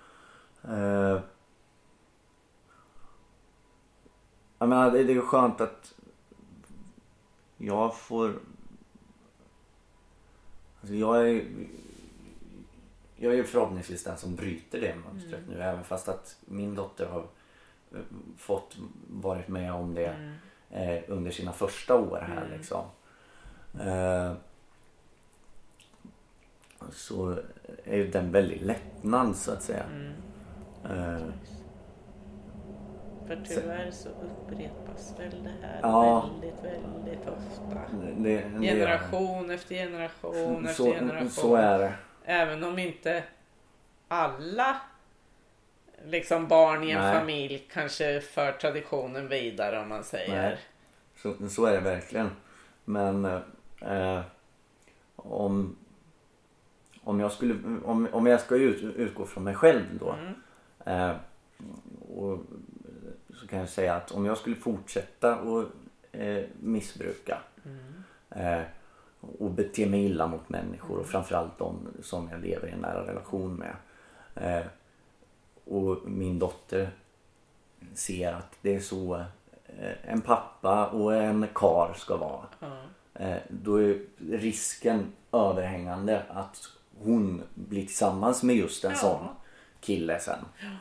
Jag menar, det är skönt att jag får, alltså jag är förhoppningsvis den som bryter det mönstret nu, även fast att min dotter har fått varit med om det under sina första år här liksom. Så är det en väldigt lättnad så att säga. För tyvärr så upprepas väl det här väldigt, väldigt ofta. Generation efter generation efter generation. Så är det. Även om inte alla liksom barn i en familj kanske för traditionen vidare, om man säger. Så är det verkligen. Men om om jag ska utgå från mig själv då. Och så kan jag säga att om jag skulle fortsätta att missbruka och bete mig illa mot människor och framförallt de som jag lever i en nära relation med, och min dotter ser att det är så en pappa och en kar ska vara, då är risken överhängande att hon blir tillsammans med just en sån kille sen.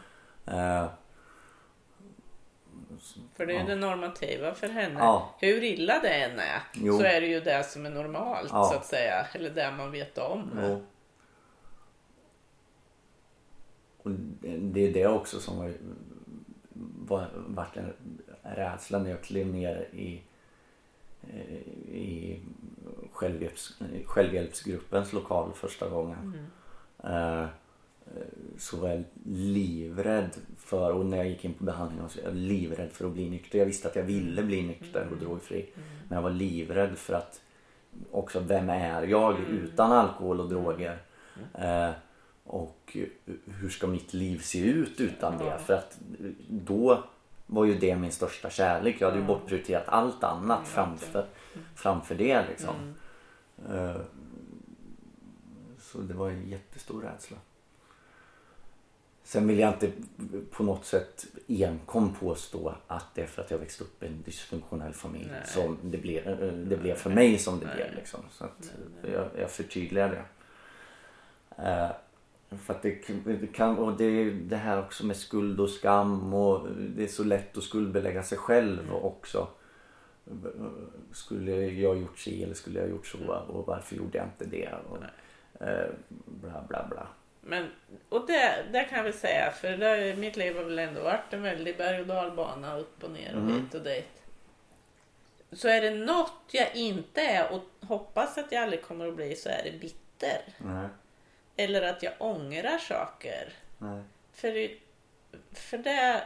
För det är det normativa för henne. Hur illa det än är, så är det ju det som är normalt så att säga. Eller det man vet om. Och det är det också som varit en rädsla när jag klev ner i självhjälpsgruppens lokal första gången. Så var jag livrädd för, och när jag gick in på behandling så var jag livrädd för att bli nykter. Jag visste att jag ville bli nykter och drogfri, men jag var livrädd för att också, vem är jag utan alkohol och droger, och hur ska mitt liv se ut utan det? För att då var ju det min största kärlek. Jag hade ju bortprioriterat allt annat framför det liksom. Så det var en jättestor rädsla. Sen vill jag inte på något sätt enkom påstå att det är för att jag växte upp i en dysfunktionell familj som det blev för mig som det blev liksom. Så att jag förtydligar det. För att det kan, och det här också med skuld och skam, och det är så lätt att skuldbelägga sig själv också. Skulle jag gjort sig eller skulle jag gjort så, och varför gjorde jag inte det, och bla bla bla. Men, och det kan vi säga, för mitt liv har väl ändå varit en väldig berg- och dalbana, upp och ner och hit och dit. Så är det något jag inte är, och hoppas att jag aldrig kommer att bli, så är det bitter. Eller att jag ångrar saker. För det,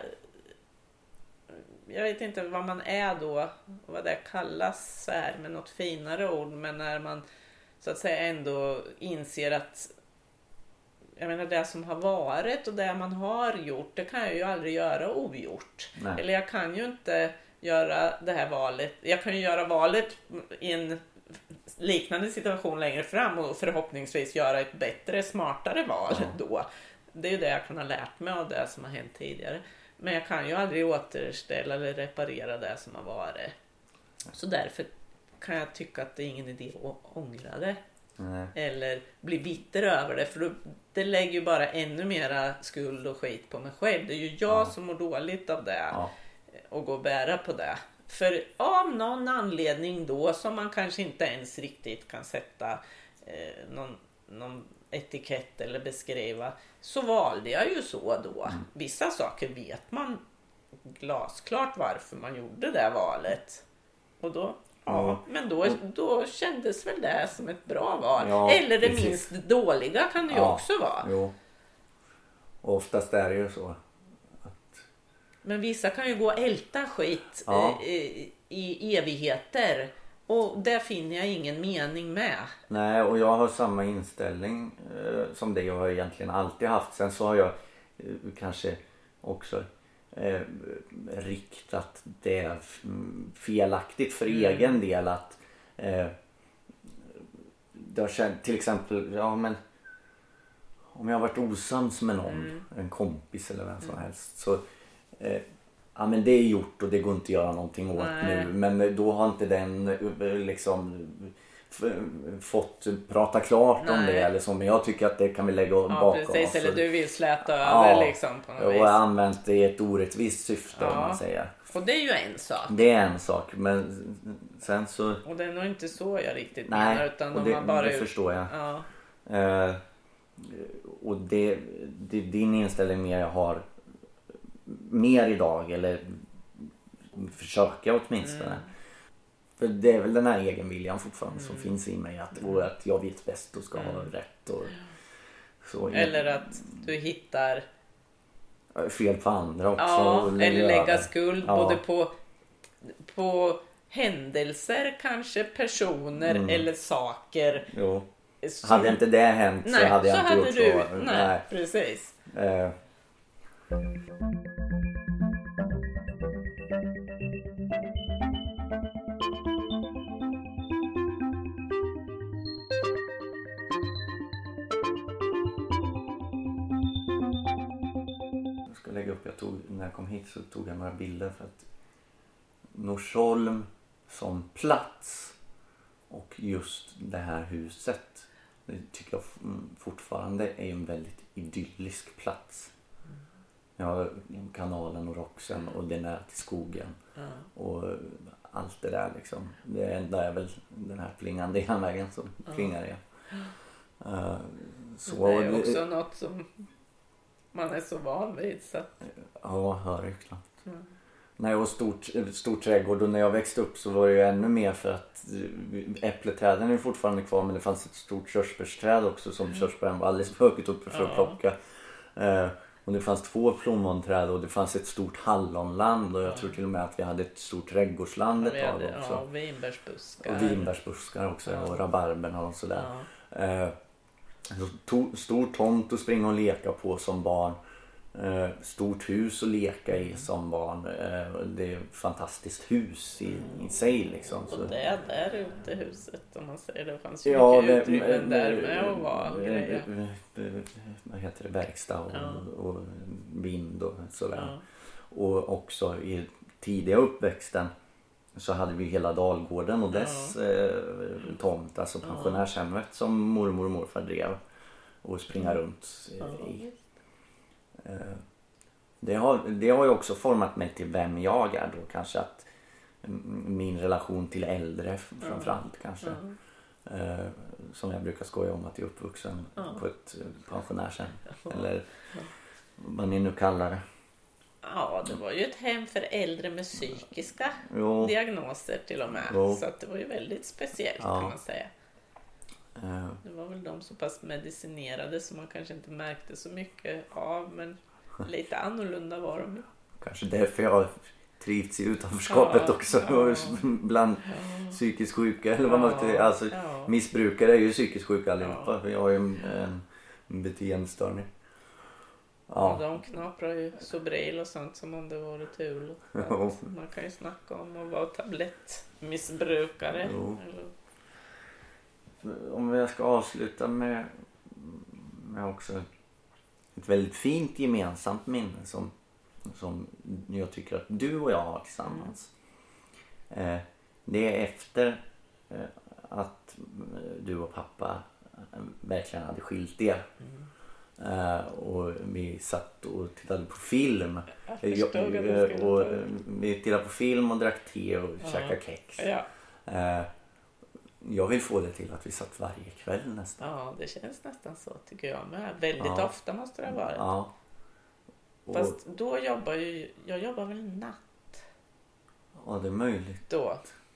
jag vet inte vad man är då, vad det kallas så här med något finare ord, men när man så att säga ändå inser att, jag menar, det som har varit och det man har gjort, det kan jag ju aldrig göra ogjort. Eller jag kan ju inte göra det här valet. Jag kan ju göra valet i en liknande situation längre fram och förhoppningsvis göra ett bättre, smartare val då. Det är ju det jag kan ha lärt mig av det som har hänt tidigare. Men jag kan ju aldrig återställa eller reparera det som har varit. Så därför kan jag tycka att det är ingen idé att ångra det. Eller bli bitter över det, för det lägger ju bara ännu mera skuld och skit på mig själv. Det är ju jag som mår dåligt av det och går och bära på det. För av någon anledning då, som man kanske inte ens riktigt kan sätta någon etikett eller beskriva, så valde jag ju så då. Vissa saker vet man glasklart varför man gjorde det valet. Och då men då kändes väl det som ett bra val. Eller det minst dåliga kan det ju också vara. Jo. Och oftast är det ju så. Men vissa kan ju gå och älta skit i evigheter. Och det finner jag ingen mening med. Nej, och jag har samma inställning som det jag har egentligen alltid haft. Sen så har jag kanske också riktat det felaktigt för egen del, att det har känt, till exempel, men om jag har varit osams med någon, en kompis eller vem som helst, så men det är gjort och det går inte att göra någonting åt nu, men då har inte den liksom fått prata klart om det eller så, men jag tycker att det kan vi lägga bakom precis, oss. Eller du vill släta över liksom på något vis. Och jag har använt det i ett orättvist syfte om man säger. Och det är ju en sak. Det är en sak, men sen så... Och det är nog inte så jag riktigt menar, utan och om man bara... det förstår jag. Och det är din inställning mer jag har mer idag, eller försöka åtminstone. För det är väl den här egenviljan fortfarande som finns i mig, att jag vet bäst och ska ha rätt och så. Eller att du hittar fel på andra också, eller lägga skuld både på händelser, kanske personer eller saker. hade inte det hänt så hade jag inte gjort så. Nej, precis. Jag ska lägga upp, när jag kom hit så tog jag några bilder för att Norsholm som plats och just det här huset, det tycker jag fortfarande är en väldigt idyllisk plats. Jag har kanalen och Roxen och det är nära till skogen och allt det där liksom. Det enda är väl den här plingande järnvägen som plingar igen. Så det är också något som man är så van vid. Så att... Ja, höryklar. Nej, och stor trädgård, och när jag växte upp så var det ju ännu mer för att äppleträden är fortfarande kvar, men det fanns ett stort körsbärsträd också som körsbären var alldeles för högt uppe för att plocka. Och det fanns 2 plommonträd och det fanns ett stort hallonland och jag tror till och med att vi hade ett stort trädgårdsland ett tag också. Ja, vinbärsbuskar. Och vinbärsbuskar också och rabarberna och sådär. Stor tomt att springa och leka på som barn. Stort hus att leka i som barn. Det är ett fantastiskt hus i sig liksom. Och det där ute huset, om man säger, det fanns ju mycket utrymmen där med att vara grejer. Vad heter det? Verkstad och vind och sådär. Och också i tidiga uppväxten så hade vi hela Dalgården och dess tomt, alltså pensionärshemmet som mormor och morfar drev och springa runt i. Det har ju också format mig till vem jag är då, kanske att min relation till äldre framförallt kanske. Som jag brukar skoja om, att jag är uppvuxen på ett pensionärshem eller vad ni nu kallar det. Ja, det var ju ett hem för äldre med psykiska diagnoser till och med. Så att det var ju väldigt speciellt kan man säga. Det var väl de så pass medicinerade som man kanske inte märkte så mycket av, men lite annorlunda var de. Kanske därför jag trivts i utanförskapet också bland psykiskt sjuka eller vad man säger. Alltså missbrukare är ju psykiskt sjuka allihopa. Jag har ju en beteendestörning. Ja. De knaprar ju Sobril och sånt som om det vore tul. Man kan ju snacka om att vara tablettmissbrukare. Om jag ska avsluta med också ett väldigt fint gemensamt minne som jag tycker att du och jag har tillsammans. Det är efter att du och pappa verkligen hade skilt er. Och vi satt och tittade på film. Och vi tittade på film och drack te och käkade kex. Jag vill få det till att vi satt varje kväll nästan. Ja, det känns nästan så tycker jag med. Väldigt ofta måste det ha varit. Ja. Fast då jag jobbar väl natt. Ja, det är möjligt. Då.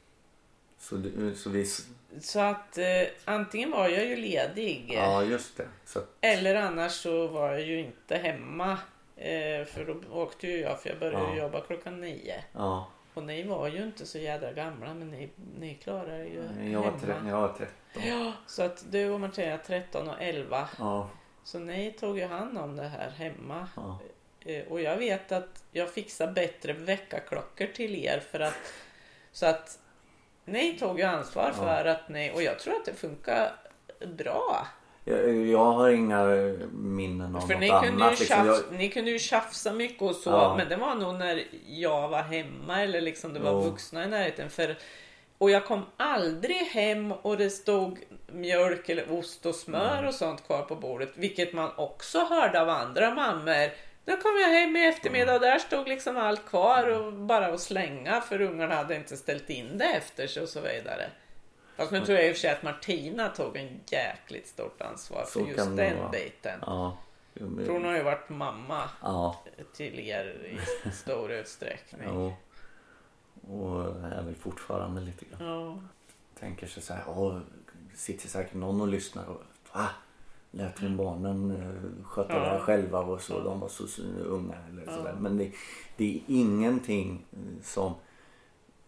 Så att antingen var jag ju ledig. Ja, just det. Eller annars så var jag ju inte hemma. För då åkte ju jag, för jag började jobba 9:00. Ja. Och ni var ju inte så jädra gamla, men ni klarade ju jag var 13. Ja, så att du och Martina 13 och 11. Ja. Så ni tog ju hand om det här hemma. Ja. Och jag vet att jag fixar bättre väckarklockor till er för att så att ni tog ju ansvar för att ni, och jag tror att det funkar bra. Jag har inga minnen om för något annat. Ni kunde ju tjafsa mycket och så, men det var nog när jag var hemma eller liksom det var vuxna i närheten. Och jag kom aldrig hem och det stod mjölk eller ost och smör och sånt kvar på bordet, vilket man också hörde av andra mammor. Då kom jag hem i eftermiddag och där stod liksom allt kvar och bara att slänga för ungarna hade inte ställt in det efter sig och så vidare. Fast nu tror jag i och för sig att Martina tog en jäkligt stort ansvar för just den biten. Ja. För hon har ju varit mamma till er i stor utsträckning. Ja. Och är väl fortfarande lite grann. Ja. Tänker sig så här, sitter säkert någon och lyssnar och lät hon barnen sköta det här själva och så, de var så unga eller sådär. Men det är ingenting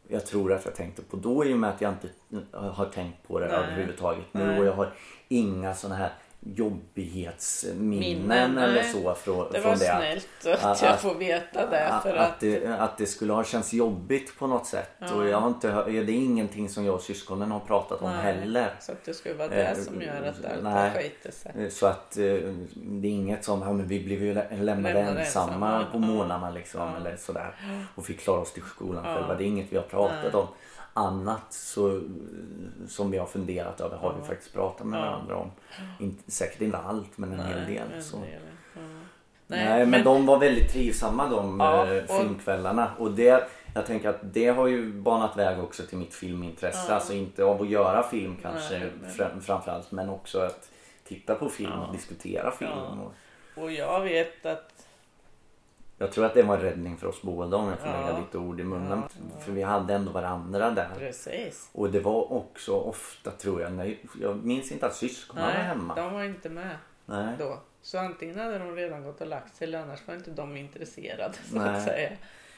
jag tror att jag tänkte på då, i och med att jag inte har tänkt på det överhuvudtaget nu. Och jag har inga såna här jobbighetsminnen eller så från det. Var snällt att jag får veta det. För att det skulle ha känts jobbigt på något sätt. Och jag har inte det är ingenting som jag och syskonen har pratat om heller. Så att det skulle vara det som gör att det skiter sig. Så att det är inget som, men vi blev ju lämnade ensamma på månaderna liksom, eller sådär. Och fick klara oss till skolan själva. Det är inget vi har pratat om. Annat så, som vi har funderat över har vi faktiskt pratat med varandra om. Säkert inte allt, men en hel del. Så. Nej, men de var väldigt trivsamma de filmkvällarna. Och det, jag tänker att det har ju banat väg också till mitt filmintresse. Alltså inte av att göra film kanske framförallt, men också att titta på film och diskutera film. Och jag vet att jag tror att det var en räddning för oss båda, om jag får lägga lite ord i munnen. För vi hade ändå varandra där. Precis. Och det var också ofta, tror jag minns inte att syskonen var hemma. De var inte med då. Så antingen hade de redan gått och lagt sig, eller annars var inte de intresserade, så att säga.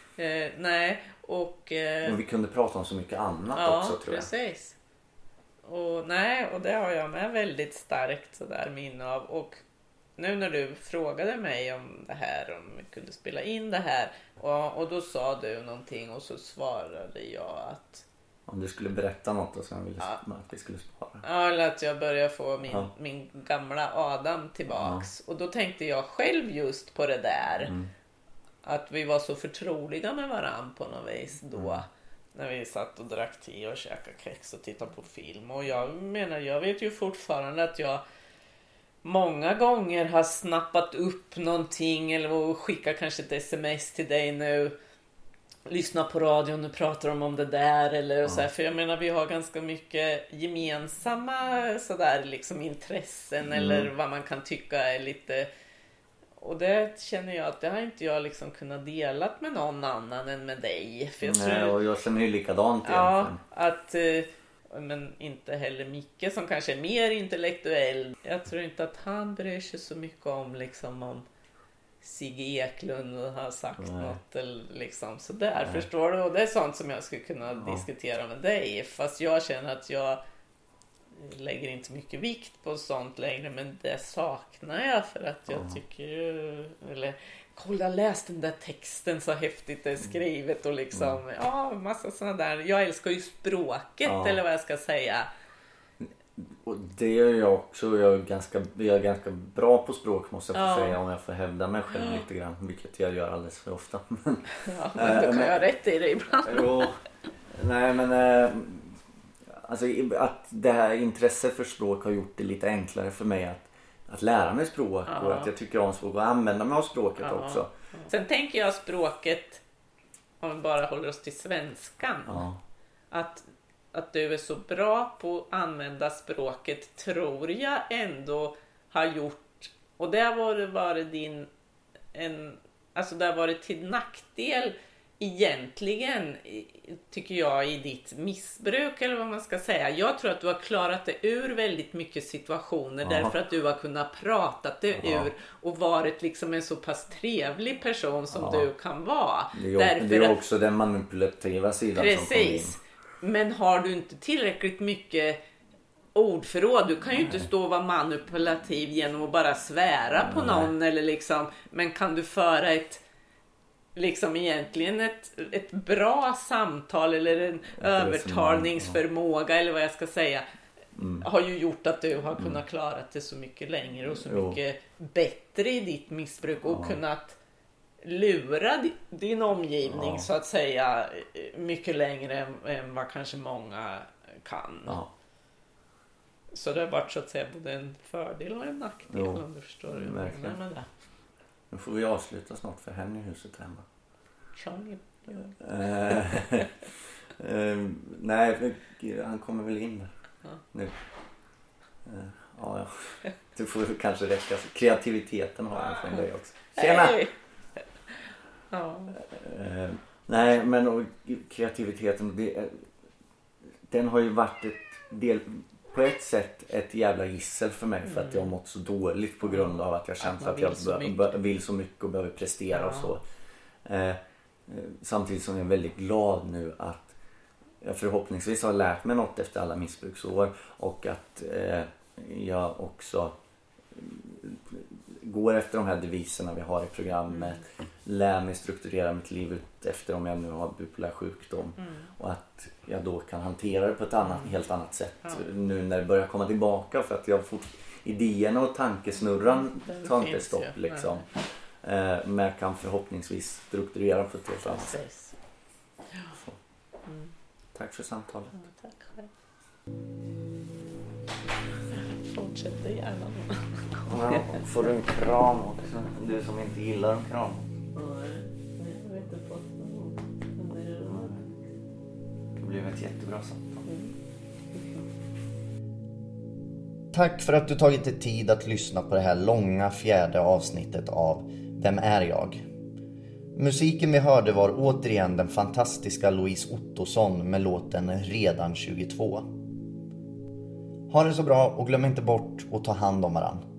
Och vi kunde prata om så mycket annat också, tror jag. Precis. Och det har jag med väldigt starkt sådär minne av. Och nu när du frågade mig om det här, om vi kunde spela in det här, och då sa du någonting och så svarade jag att om du skulle berätta något och sen ville att vi skulle spara. Ja, eller att jag börjar få min gamla Adam tillbaks. Och då tänkte jag själv just på det där. Att vi var så förtroliga med varann på något vis då. När vi satt och drack te och käkade kex och tittade på film. Och jag menar, jag vet ju fortfarande att jag många gånger har snappat upp någonting eller skickar kanske ett sms till dig nu. Lyssna på radion, nu pratar de om det där eller så här. För jag menar, vi har ganska mycket gemensamma sådär liksom intressen eller vad man kan tycka är lite. Och det känner jag att det har inte jag liksom kunnat delat med någon annan än med dig. För jag tror, och jag känner ju likadant egentligen. Att men inte heller Micke som kanske är mer intellektuell. Jag tror inte att han bryr sig så mycket om liksom om Sigge Eklund har sagt något eller liksom sådär. Förstår du? Och det är sånt som jag skulle kunna diskutera med dig. Fast jag känner att jag lägger inte mycket vikt på sånt längre, men det saknar jag för att jag tycker ju, eller kolla, läs den där texten, så häftigt det är skrivet och liksom massa sådana där. Jag älskar ju språket eller vad jag ska säga. Och det gör jag också. Jag är ganska bra på språk, måste jag få säga, om jag får hävda mig själv lite grann, vilket jag gör alldeles för ofta. Men då kan jag rätt i det ibland. Alltså att det här intresset för språk har gjort det lite enklare för mig att lära mig språk och att jag tycker om språk och använda mig av språket också. Sen tänker jag språket, om vi bara håller oss till svenskan, att du är så bra på att använda språket, tror jag ändå har gjort, och det har varit det har varit till nackdel egentligen, tycker jag, i ditt missbruk eller vad man ska säga. Jag tror att du har klarat dig ur väldigt mycket situationer därför att du har kunnat prata dig ur och varit liksom en så pass trevlig person som du kan vara. Det är också den manipulativa sidan som kommer in. Men har du inte tillräckligt mycket ordförråd, du kan ju inte stå och vara manipulativ genom att bara svära på någon eller liksom, men kan du föra liksom egentligen ett bra samtal eller en övertalningsförmåga eller vad jag ska säga, har ju gjort att du har kunnat klara det så mycket längre och så mycket bättre i ditt missbruk och kunnat lura din omgivning så att säga mycket längre än vad kanske många kan. Så det har varit så att säga både en fördel och en nackdel, om du förstår hur jag menar med det. Nu får vi avsluta snart för henne i huset hemma. Nej, han kommer väl in nu. Du får kanske räcka. Kreativiteten har han för dig också. Tjena! Nej, men kreativiteten, den har ju varit på ett sätt ett jävla gissel för mig, för att jag har mått så dåligt på grund av att jag känt att jag vill så mycket och behöver prestera och så. Samtidigt som jag är väldigt glad nu att jag förhoppningsvis har lärt mig något efter alla missbruksår, och att jag också går efter de här deviserna vi har i programmet, lär mig strukturera mitt liv ut efter om jag nu har bipolär sjukdom, och att jag då kan hantera det på ett helt annat sätt nu när det börjar komma tillbaka, för att jag får idéerna och tankesnurran tar inte stopp liksom. Men jag kan förhoppningsvis strukturera på ett helt annat sätt. Tack för samtalet. Tack själv. Fortsätter gärna. Får du en kram också? Du som inte gillar en kram. Nej, jag vet inte fått någon. Det blev ett jättebra samtal. Tack för att du tagit dig tid att lyssna på det här långa 4:e avsnittet av Vem är jag? Musiken vi hörde var återigen den fantastiska Louise Ottosson med låten Redan 22. Ha det så bra och glöm inte bort att ta hand om varandra.